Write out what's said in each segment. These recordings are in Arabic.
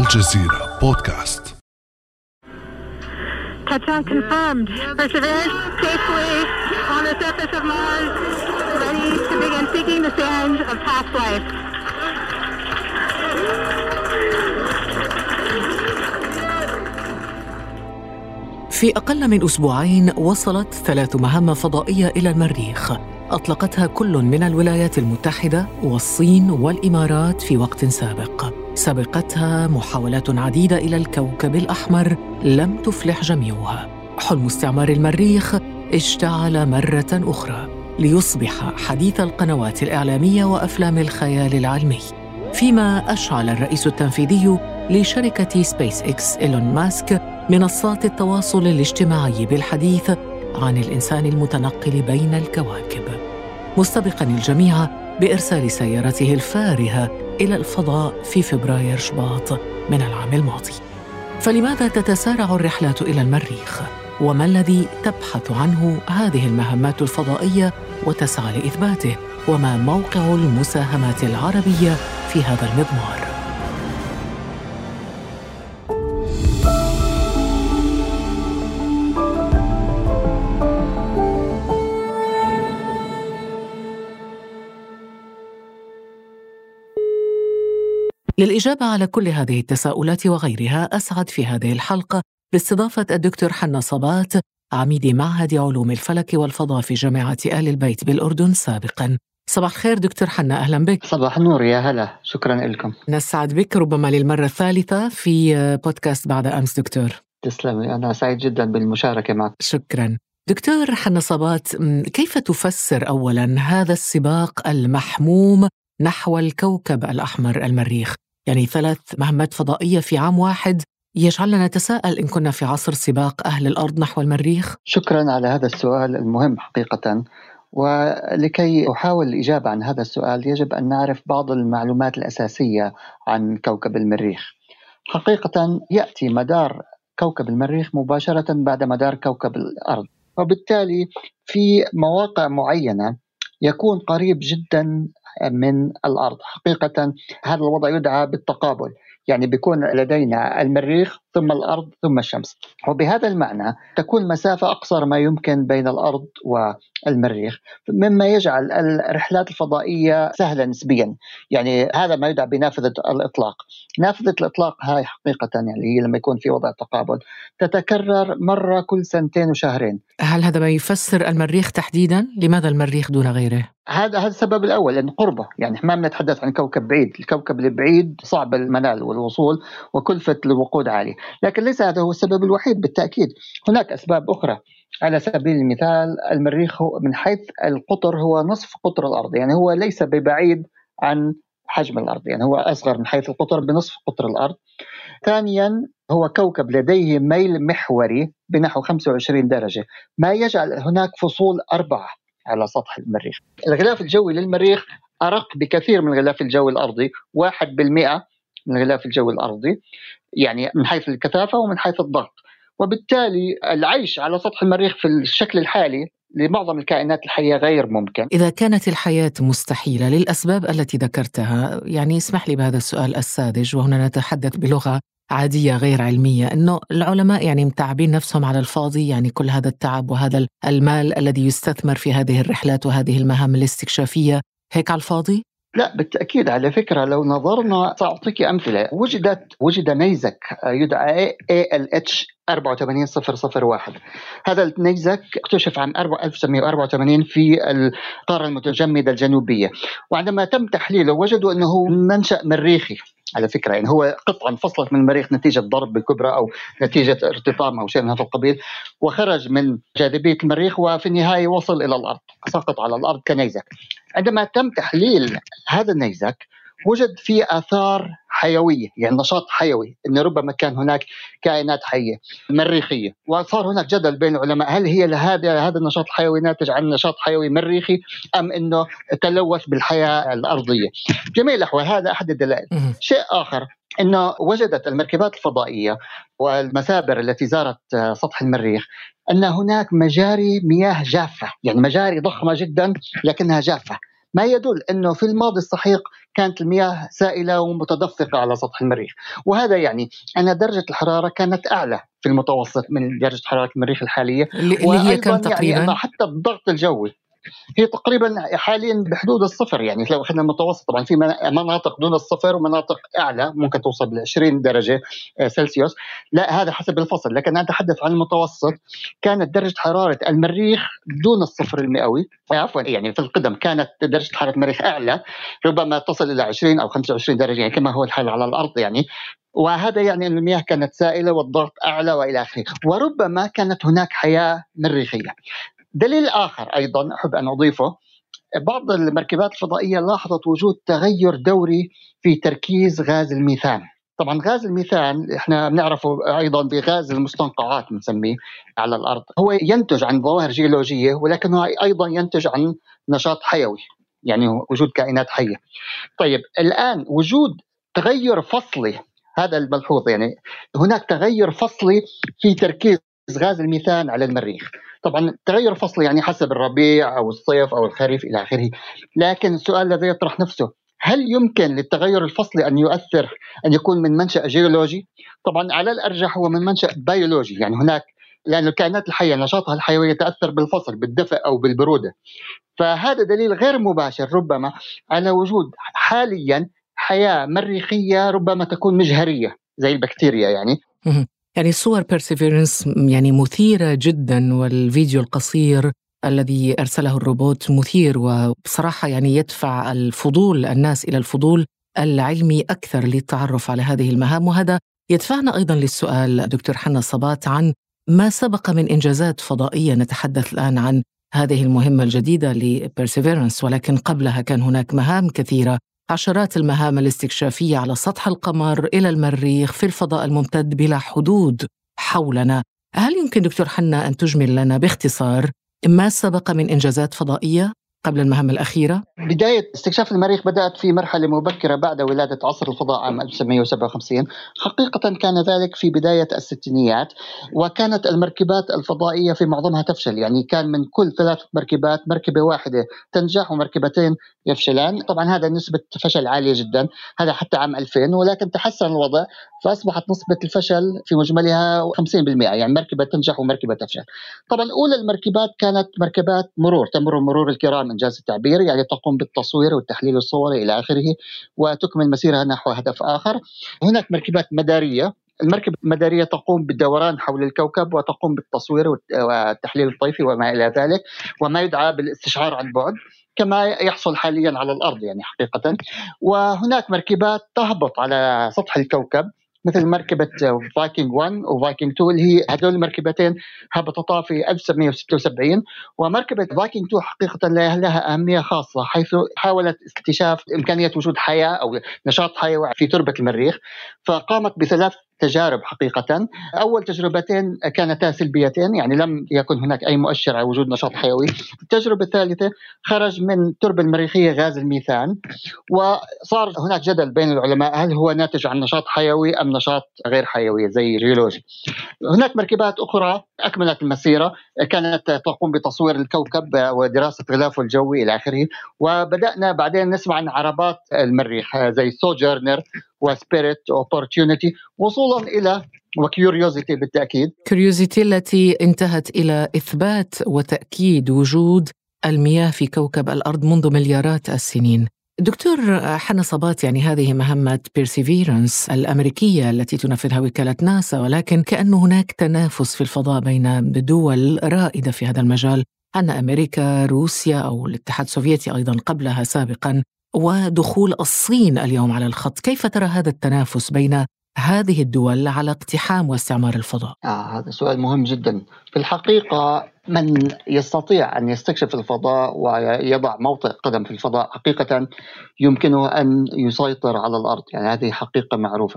الجزيرة بودكاست. Touchdown confirmed. Perseverance safely on the surface of Mars, ready to begin seeking the sands of past life. في أقل من أسبوعين وصلت 3 مهام فضائية إلى المريخ أطلقتها كل من الولايات المتحدة والصين والإمارات في وقت سابق. سبقتها محاولات عديدة إلى الكوكب الأحمر لم تفلح جميعها. حلم استعمار المريخ اشتعل مرة أخرى ليصبح حديث القنوات الإعلامية وأفلام الخيال العلمي، فيما أشعل الرئيس التنفيذي لشركة سبيس إكس إيلون ماسك منصات التواصل الاجتماعي بالحديث عن الإنسان المتنقل بين الكواكب، مستبقاً الجميع بإرسال سيارته الفارهة إلى الفضاء في فبراير شباط من العام الماضي. فلماذا تتسارع الرحلات إلى المريخ؟ وما الذي تبحث عنه هذه المهمات الفضائية وتسعى لإثباته؟ وما موقع المساهمات العربية في هذا المضمار؟ للإجابة على كل هذه التساؤلات وغيرها أسعد في هذه الحلقة باستضافة الدكتور حنا صبات، عميد معهد علوم الفلك والفضاء في جامعة آل البيت بالأردن سابقاً. صباح الخير دكتور حنا، أهلا بك. صباح النور، يا هلا، شكرا لكم. نسعد بك ربما للمرة الثالثة في بودكاست بعد أمس دكتور. تسلمي، أنا سعيد جدا بالمشاركة معك. شكرا. دكتور حنا صبات، كيف تفسر أولاً هذا السباق المحموم نحو الكوكب الأحمر المريخ؟ يعني 3 مهمات فضائية في عام واحد يجعلنا نتساءل إن كنا في عصر سباق أهل الأرض نحو المريخ؟ شكرا على هذا السؤال المهم حقيقة. ولكي أحاول الإجابة عن هذا السؤال يجب أن نعرف بعض المعلومات الأساسية عن كوكب المريخ. حقيقة يأتي مدار كوكب المريخ مباشرة بعد مدار كوكب الأرض، وبالتالي في مواقع معينة يكون قريب جدا من الأرض. حقيقة هذا الوضع يدعى بالتقابل، يعني بيكون لدينا المريخ ثم الأرض ثم الشمس، وبهذا المعنى تكون مسافة أقصر ما يمكن بين الأرض والمريخ، مما يجعل الرحلات الفضائية سهلة نسبيا. يعني هذا ما يدعى بنافذة الإطلاق. نافذة الإطلاق هاي حقيقة يعني هي لما يكون في وضع تقابل تتكرر مرة كل 2 وشهرين. هل هذا ما يفسر المريخ تحديدا؟ لماذا المريخ دون غيره؟ هذا السبب الأول، لأن قربه. يعني ما بنتحدث عن كوكب بعيد، الكوكب البعيد صعب المنال والوصول وكلفة الوقود عالية، لكن ليس هذا هو السبب الوحيد بالتأكيد. هناك أسباب أخرى. على سبيل المثال المريخ من حيث القطر هو نصف قطر الأرض، يعني هو ليس ببعيد عن حجم الأرض، يعني هو أصغر من حيث القطر بنصف قطر الأرض. ثانيا هو كوكب لديه ميل محوري بنحو 25 درجة، ما يجعل هناك فصول 4 على سطح المريخ. الغلاف الجوي للمريخ أرق بكثير من الغلاف الجوي الأرضي، 1% من الغلاف الجوي الأرضي، يعني من حيث الكثافة ومن حيث الضغط. وبالتالي العيش على سطح المريخ في الشكل الحالي لمعظم الكائنات الحية غير ممكن. إذا كانت الحياة مستحيلة للأسباب التي ذكرتها، يعني اسمح لي بهذا السؤال الساذج، وهنا نتحدث بلغة عادية غير علمية، أنه العلماء يعني متعبين نفسهم على الفاضي، يعني كل هذا التعب وهذا المال الذي يستثمر في هذه الرحلات وهذه المهام الاستكشافية هيك على الفاضي؟ لا بالتأكيد. على فكرة لو نظرنا سأعطيك أمثلة. وجد نيزك يدعى ALH 84001. هذا النيزك اكتشف عام 1984 في القارة المتجمدة الجنوبية، وعندما تم تحليله وجدوا أنه منشأ مريخي. على فكرة يعني هو قطعة انفصلت من المريخ نتيجة ضرب بكبرى أو نتيجة ارتطام أو شيء من هذا القبيل، وخرج من جاذبية المريخ وفي النهاية وصل إلى الأرض، سقط على الأرض كنيزك. عندما تم تحليل هذا النيزك وجد فيه آثار حيوية، يعني نشاط حيوي، إن ربما كان هناك كائنات حية مريخية. وصار هناك جدل بين العلماء، هل هي هذا النشاط الحيوي ناتج عن نشاط حيوي مريخي أم إنه تلوث بالحياة الأرضية. جميع الأحوال هذا أحد الدلائل. شيء آخر أنه وجدت المركبات الفضائية والمسابر التي زارت سطح المريخ أن هناك مجاري مياه جافة، يعني مجاري ضخمة جدا لكنها جافة، ما يدل أنه في الماضي السحيق كانت المياه سائلة ومتدفقة على سطح المريخ. وهذا يعني أن درجة الحرارة كانت أعلى في المتوسط من درجة حرارة المريخ الحالية، اللي هي كم وأيضا يعني أنه تقريبا؟ حتى الضغط الجوي هي تقريبا حاليا بحدود الصفر. يعني لو اخذنا المتوسط، طبعا في مناطق دون الصفر ومناطق اعلى ممكن توصل ل 20 درجه سلسيوس، لا هذا حسب الفصل، لكن انا اتحدث عن المتوسط. كانت درجه حراره المريخ دون الصفر المئوي، عفوا يعني في القدم كانت درجه حراره المريخ اعلى، ربما تصل الى 20 او 25 درجه، يعني كما هو الحال على الارض يعني. وهذا يعني أن المياه كانت سائله والضغط اعلى والى اخره، وربما كانت هناك حياه مريخيه. دليل آخر أيضا أحب أن أضيفه، بعض المركبات الفضائية لاحظت وجود تغير دوري في تركيز غاز الميثان. طبعا غاز الميثان احنا بنعرفه ايضا بغاز المستنقعات بنسميه على الارض، هو ينتج عن ظواهر جيولوجيه ولكنه ايضا ينتج عن نشاط حيوي، يعني وجود كائنات حيه. طيب الان وجود تغير فصلي، هذا الملحوظ، يعني هناك تغير فصلي في تركيز غاز الميثان على المريخ. طبعا تغير فصلي يعني حسب الربيع أو الصيف أو الخريف إلى آخره، لكن السؤال الذي يطرح نفسه، هل يمكن للتغير الفصلي أن يؤثر، أن يكون من منشأ جيولوجي؟ طبعا على الأرجح هو من منشأ بيولوجي، يعني هناك لأن الكائنات الحية نشاطها الحيوي يتأثر بالفصل، بالدفء أو بالبرودة. فهذا دليل غير مباشر ربما على وجود حاليا حياة مريخية ربما تكون مجهرية زي البكتيريا يعني. يعني صور بيرسيفيرنس يعني مثيرة جدا، والفيديو القصير الذي أرسله الروبوت مثير، وبصراحة يعني يدفع الناس إلى الفضول العلمي أكثر للتعرف على هذه المهام. وهذا يدفعنا أيضا للسؤال دكتور حنا صبات عن ما سبق من إنجازات فضائية. نتحدث الآن عن هذه المهمة الجديدة لبيرسيفيرنس، ولكن قبلها كان هناك مهام كثيرة، عشرات المهام الاستكشافية على سطح القمر، إلى المريخ، في الفضاء الممتد بلا حدود حولنا. هل يمكن دكتور حنا أن تجمل لنا باختصار ما سبق من إنجازات فضائية قبل المهمة الأخيرة؟ بداية استكشاف المريخ بدأت في مرحلة مبكرة بعد ولادة عصر الفضاء عام 1957. حقيقة كان ذلك في بداية الستينيات، وكانت المركبات الفضائية في معظمها تفشل، يعني كان من كل 3 مركبات مركبة واحدة تنجح ومركبتين يفشلان. طبعا هذا نسبة فشل عالية جدا، هذا حتى عام 2000، ولكن تحسن الوضع فأصبحت نسبة الفشل في مجملها 50%، يعني مركبة تنجح ومركبة تفشل. طبعا أولى المركبات كانت مركبات تمر مرور الكرام إنجاز التعبير، يعني تقوم بالتصوير والتحليل الصوري إلى آخره، وتكمل مسيرها نحو هدف آخر. هناك مركبات مدارية، المركبة المدارية تقوم بالدوران حول الكوكب وتقوم بالتصوير والتحليل الطيفي وما إلى ذلك، وما يدعى بالاستشعار عن بعد كما يحصل حاليا على الأرض يعني حقيقة. وهناك مركبات تهبط على سطح الكوكب مثل مركبة فايكنج 1 وفايكنج 2، اللي هي هذول المركبتين هبطتا في 1976. ومركبة فايكنج 2 حقيقة لها أهمية خاصة، حيث حاولت اكتشاف إمكانية وجود حياة أو نشاط حيوي في تربة المريخ، فقامت ب3 تجارب حقيقة. أول تجربتين كانتا سلبيتين، يعني لم يكن هناك أي مؤشر على وجود نشاط حيوي. التجربة الثالثة خرج من التربة المريخية غاز الميثان، وصار هناك جدل بين العلماء هل هو ناتج عن نشاط حيوي أم نشاط غير حيوي زي جيولوجي. هناك مركبات أخرى أكملت المسيرة، كانت تقوم بتصوير الكوكب ودراسة غلافه الجوي إلى آخره. وبدأنا بعدين نسمع عن عربات المريخ زي سوجرنر وسبيريت وأوبورتيونيتي، وصولا إلى وكيوريوزيتي بالتأكيد. كيوريوزيتي التي انتهت إلى إثبات وتأكيد وجود المياه في كوكب الأرض منذ مليارات السنين. دكتور حنا صبات، يعني هذه مهمة بيرسيفيرنس الأمريكية التي تنفذها وكالة ناسا، ولكن كأن هناك تنافس في الفضاء بين دول رائدة في هذا المجال، عندنا أمريكا، روسيا أو الاتحاد السوفيتي أيضا قبلها سابقا، ودخول الصين اليوم على الخط. كيف ترى هذا التنافس بين هذه الدول على اقتحام واستعمار الفضاء؟ هذا سؤال مهم جدا. في الحقيقة من يستطيع أن يستكشف الفضاء ويضع موطئ قدم في الفضاء حقيقة يمكنه أن يسيطر على الأرض، يعني هذه حقيقة معروفة.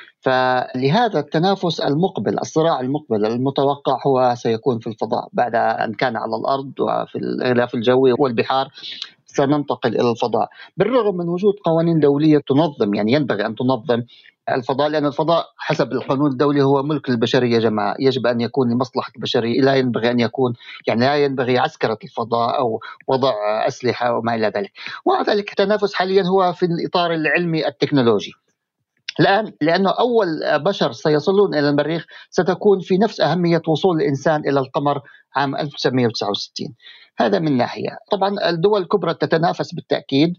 فلهذا التنافس المقبل، الصراع المقبل المتوقع هو سيكون في الفضاء بعد أن كان على الأرض وفي الغلاف الجوي والبحار، سننتقل إلى الفضاء. بالرغم من وجود قوانين دولية تنظم، يعني ينبغي أن تنظم الفضاء، لأن الفضاء حسب القانون الدولي هو ملك البشرية جماعة، يجب أن يكون لمصلحة البشرية، لا ينبغي أن يكون لا ينبغي عسكرة الفضاء أو وضع أسلحة وما إلى ذلك. ومع ذلك التنافس حاليا هو في الإطار العلمي التكنولوجي. الآن لأنه أول بشر سيصلون إلى المريخ ستكون في نفس أهمية وصول الإنسان إلى القمر عام 1969. هذا من ناحية. طبعا الدول الكبرى تتنافس بالتأكيد،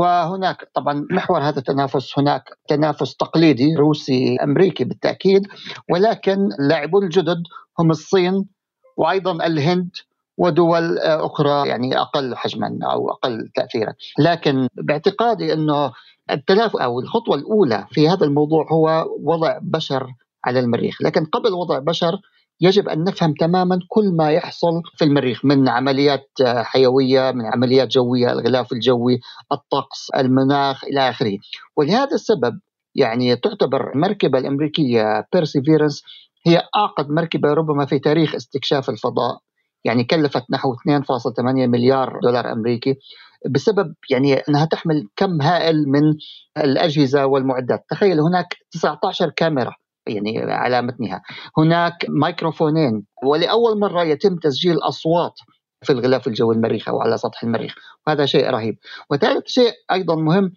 وهناك طبعا محور هذا التنافس، هناك تنافس تقليدي روسي أمريكي بالتأكيد، ولكن اللاعبون الجدد هم الصين وأيضا الهند ودول أخرى يعني أقل حجما أو أقل تأثيرا. لكن باعتقادي أنه التنافس أو الخطوة الأولى في هذا الموضوع هو وضع بشر على المريخ. لكن قبل وضع بشر يجب أن نفهم تماما كل ما يحصل في المريخ من عمليات حيوية، من عمليات جوية، الغلاف الجوي، الطقس، المناخ إلى آخره. ولهذا السبب يعني تعتبر المركبة الأمريكية بيرسيفيرنس هي أعقد مركبة ربما في تاريخ استكشاف الفضاء، يعني كلفت نحو 2.8 مليار دولار أمريكي، بسبب يعني أنها تحمل كم هائل من الأجهزة والمعدات. تخيل هناك 19 كاميرا يعني على متنها، هناك ميكروفونين، ولأول مرة يتم تسجيل أصوات في الغلاف الجوي المريخ أو على سطح المريخ، وهذا شيء رهيب. وثالث شيء أيضا مهم،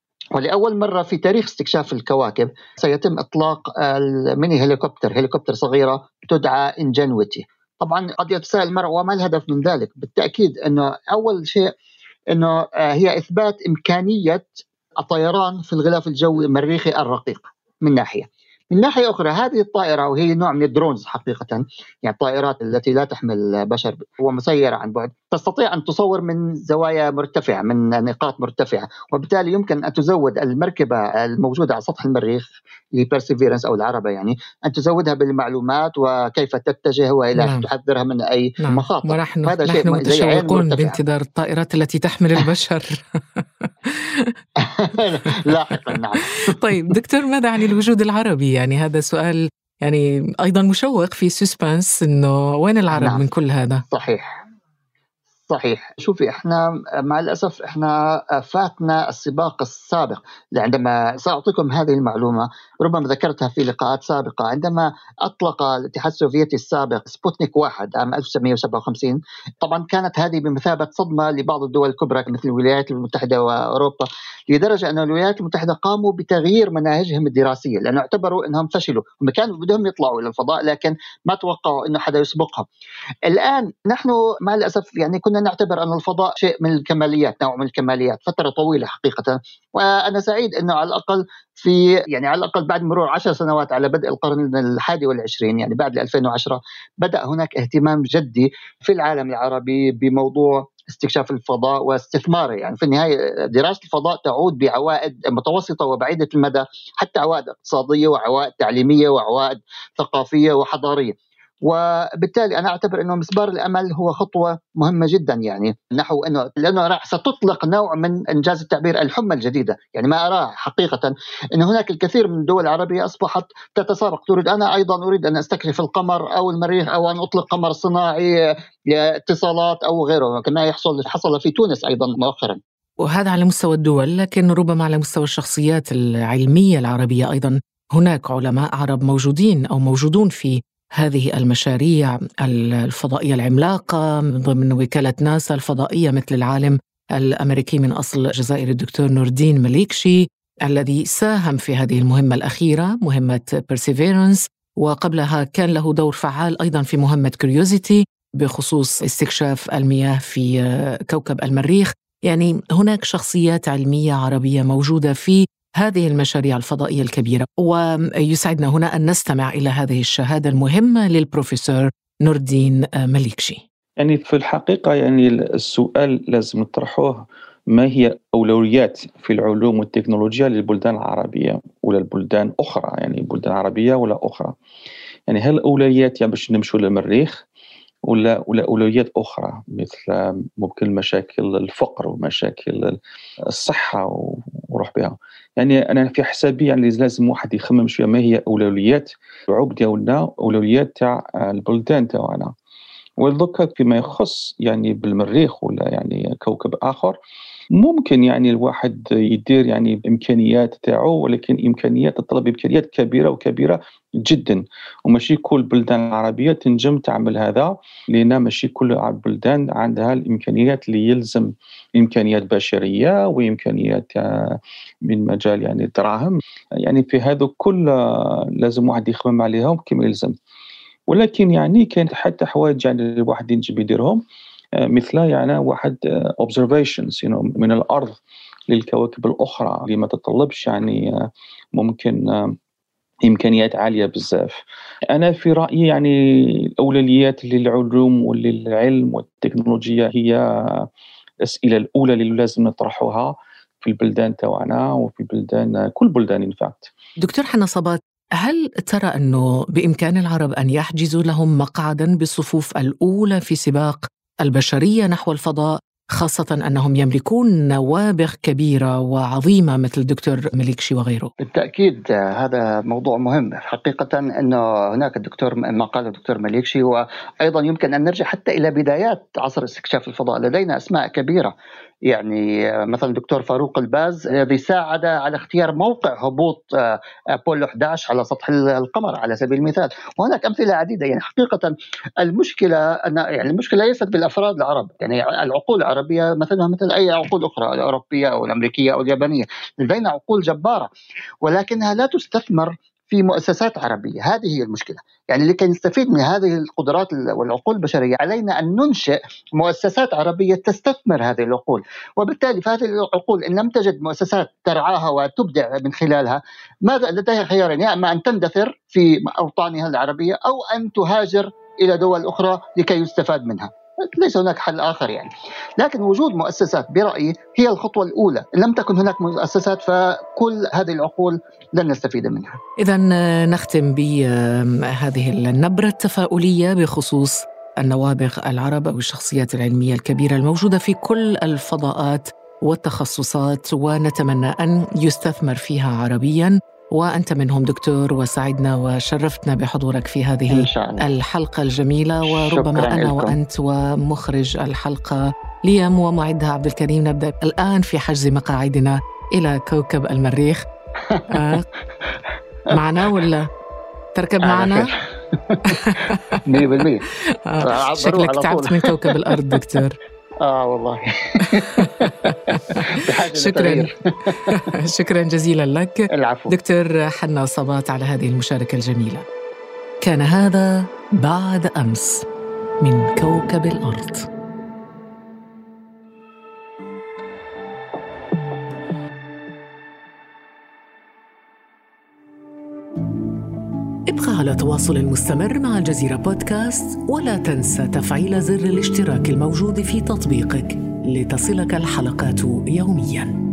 ولأول مرة في تاريخ استكشاف الكواكب سيتم إطلاق الميني هليكوبتر صغيرة تدعى إنجنويتي. طبعا قد يتساءل المرء وما الهدف من ذلك؟ بالتأكيد أنه أول شيء أنه هي إثبات إمكانية الطيران في الغلاف الجوي المريخي الرقيق من ناحية. من ناحية أخرى هذه الطائرة وهي نوع من الدرونز حقيقة، يعني الطائرات التي لا تحمل بشر ومسيرة عن بعد، تستطيع أن تصور من زوايا مرتفعة، من نقاط مرتفعة، وبالتالي يمكن أن تزود المركبة الموجودة على سطح المريخ لبرسيفيرنس أو العربة، يعني أن تزودها بالمعلومات وكيف تتجه وإلى تحذرها من أي مخاطر. ونحن متشوقون بانتظار الطائرات التي تحمل البشر لاحقا. نعم. طيب دكتور، ماذا عن الوجود العربي؟ يعني هذا سؤال يعني أيضا مشوق، في سسبانس إنه وين العرب؟ نعم. من كل هذا. صحيح. شوفي احنا مع الأسف احنا فاتنا السباق السابق. عندما سأعطيكم هذه المعلومة ربما ذكرتها في لقاءات سابقة، عندما أطلق الاتحاد السوفيتي السابق سبوتنيك 1 عام 1957، طبعا كانت هذه بمثابة صدمة لبعض الدول الكبرى مثل الولايات المتحدة وأوروبا، لدرجة أن الولايات المتحدة قاموا بتغيير مناهجهم الدراسية، لأنه اعتبروا أنهم فشلوا. هم كانوا بدهم يطلعوا إلى الفضاء لكن ما توقعوا أنه حدا يسبقهم. الآن نحن مع الأسف يعني كنا نعتبر أن الفضاء شيء من الكماليات، نوع من الكماليات فترة طويلة حقيقة. وأنا سعيد أنه على الأقل على الأقل بعد مرور 10 سنوات على بدء القرن 21 يعني بعد 2010 بدأ هناك اهتمام جدي في العالم العربي بموضوع استكشاف الفضاء واستثماره. يعني في النهاية دراسة الفضاء تعود بعوائد متوسطة وبعيدة المدى، حتى عوائد اقتصادية وعوائد تعليمية وعوائد ثقافية وحضارية. وبالتالي أنا أعتبر أنه مسبار الأمل هو خطوة مهمة جدا، يعني نحو لأنه راح ستطلق نوع من إنجاز التعبير الحمى الجديدة. يعني ما أراه حقيقة أن هناك الكثير من الدول العربية أصبحت تتسابق، تريد أنا أيضا أريد أن أستكشف القمر أو المريخ أو أن أطلق قمر صناعي لاتصالات أو غيره، كما حصل في تونس أيضا مؤخرا. وهذا على مستوى الدول، لكن ربما على مستوى الشخصيات العلمية العربية أيضا هناك علماء عرب موجودون في هذه المشاريع الفضائية العملاقة ضمن وكالة ناسا الفضائية، مثل العالم الأمريكي من أصل جزائري الدكتور نوردين مليكشي الذي ساهم في هذه المهمة الأخيرة، مهمة بيرسيفيرنس، وقبلها كان له دور فعال أيضا في مهمة كيوريوزيتي بخصوص استكشاف المياه في كوكب المريخ. يعني هناك شخصيات علمية عربية موجودة في هذه المشاريع الفضائية الكبيرة، ويسعدنا هنا أن نستمع إلى هذه الشهادة المهمة للبروفيسور نوردين مليكشي. يعني في الحقيقة يعني السؤال لازم نطرحه، ما هي أولويات في العلوم والتكنولوجيا للبلدان العربية ولا البلدان أخرى، يعني بلدان عربية ولا أخرى؟ يعني هل الأولويات يعني باش نمشوا للمريخ ولا أولويات أخرى مثل ممكن مشاكل الفقر ومشاكل الصحة وروح بها؟ يعني أنا في حسابي يعني لازم واحد يخمم شوية ما هي أولويات العقد ديالنا، أولويات تاع البلدان تاعنا. ولذلك فيما يخص يعني بالمريخ ولا يعني كوكب آخر، ممكن يعني الواحد يدير يعني بإمكانيات تاعو، ولكن إمكانيات تطلب إمكانيات كبيرة وكبيرة جدا، وماشي كل البلدان العربية تنجم تعمل هذا، لأن ماشي كل البلدان عندها الإمكانيات اللي يلزم إمكانيات بشرية وإمكانيات من مجال يعني الدراهم. يعني في هذا كل لازم واحد يخمم عليهم كما يلزم. ولكن يعني كاين حتى حوايج يعني الواحد ينجم يديرهم، مثل يعني واحد observations من الأرض للكواكب الأخرى اللي ما تتطلبش يعني ممكن إمكانيات عالية بزاف. أنا في رأيي يعني الأولويات للعلوم وللعلم والتكنولوجيا هي الأسئلة الأولى اللي لازم نطرحوها في البلدان تاعنا وفي بلدان كل بلدان in fact. دكتور حنا صبات، هل ترى أنه بإمكان العرب أن يحجزوا لهم مقعداً بالصفوف الأولى في سباق البشرية نحو الفضاء، خاصة أنهم يملكون نوابغ كبيرة وعظيمة مثل الدكتور مليكشي وغيره؟ بالتأكيد هذا موضوع مهم حقيقة. أنه هناك الدكتور ما قاله الدكتور مليكشي، وأيضا يمكن أن نرجع حتى إلى بدايات عصر استكشاف الفضاء. لدينا أسماء كبيرة، يعني مثلا الدكتور فاروق الباز الذي ساعد على اختيار موقع هبوط أبولو 11 على سطح القمر على سبيل المثال. وهناك أمثلة عديدة. يعني حقيقة المشكلة يعني المشكلة ليست بالأفراد العرب، يعني العقول العربية مثلها مثل أي عقول أخرى، الأوروبية أو الأمريكية أو اليابانية، لدينا عقول جبارة ولكنها لا تستثمر في مؤسسات عربية. هذه هي المشكلة. يعني لكي نستفيد من هذه القدرات والعقول البشرية علينا أن ننشئ مؤسسات عربية تستثمر هذه العقول، وبالتالي فهذه العقول إن لم تجد مؤسسات ترعاها وتبدع من خلالها، ماذا لديها خيارين: يا إما أن تندثر في أوطانها العربية أو أن تهاجر إلى دول أخرى لكي يستفاد منها. ليس هناك حل آخر يعني. لكن وجود مؤسسات برأيي هي الخطوة الأولى. إن لم تكن هناك مؤسسات فكل هذه العقول لن نستفيد منها. إذن نختم بهذه النبرة التفاؤلية بخصوص النوابغ العرب أو الشخصيات العلمية الكبيرة الموجودة في كل الفضاءات والتخصصات، ونتمنى أن يستثمر فيها عربياً، وأنت منهم دكتور، وسعدنا وشرفتنا بحضورك في هذه الحلقة الجميلة. وربما أنا وأنت ومخرج الحلقة ليام ومعدها عبد الكريم نبدأ الآن في حجز مقاعدنا إلى كوكب المريخ. معنا ولا تركب معنا؟ 100%. شكلك تعبت من كوكب الأرض دكتور. والله. شكرا جزيلا لك. العفو. دكتور حنا صبات على هذه المشاركة الجميلة. كان هذا بعد أمس من كوكب الأرض. ابقى على تواصل مستمر مع الجزيرة بودكاست، ولا تنسى تفعيل زر الاشتراك الموجود في تطبيقك لتصلك الحلقات يومياً.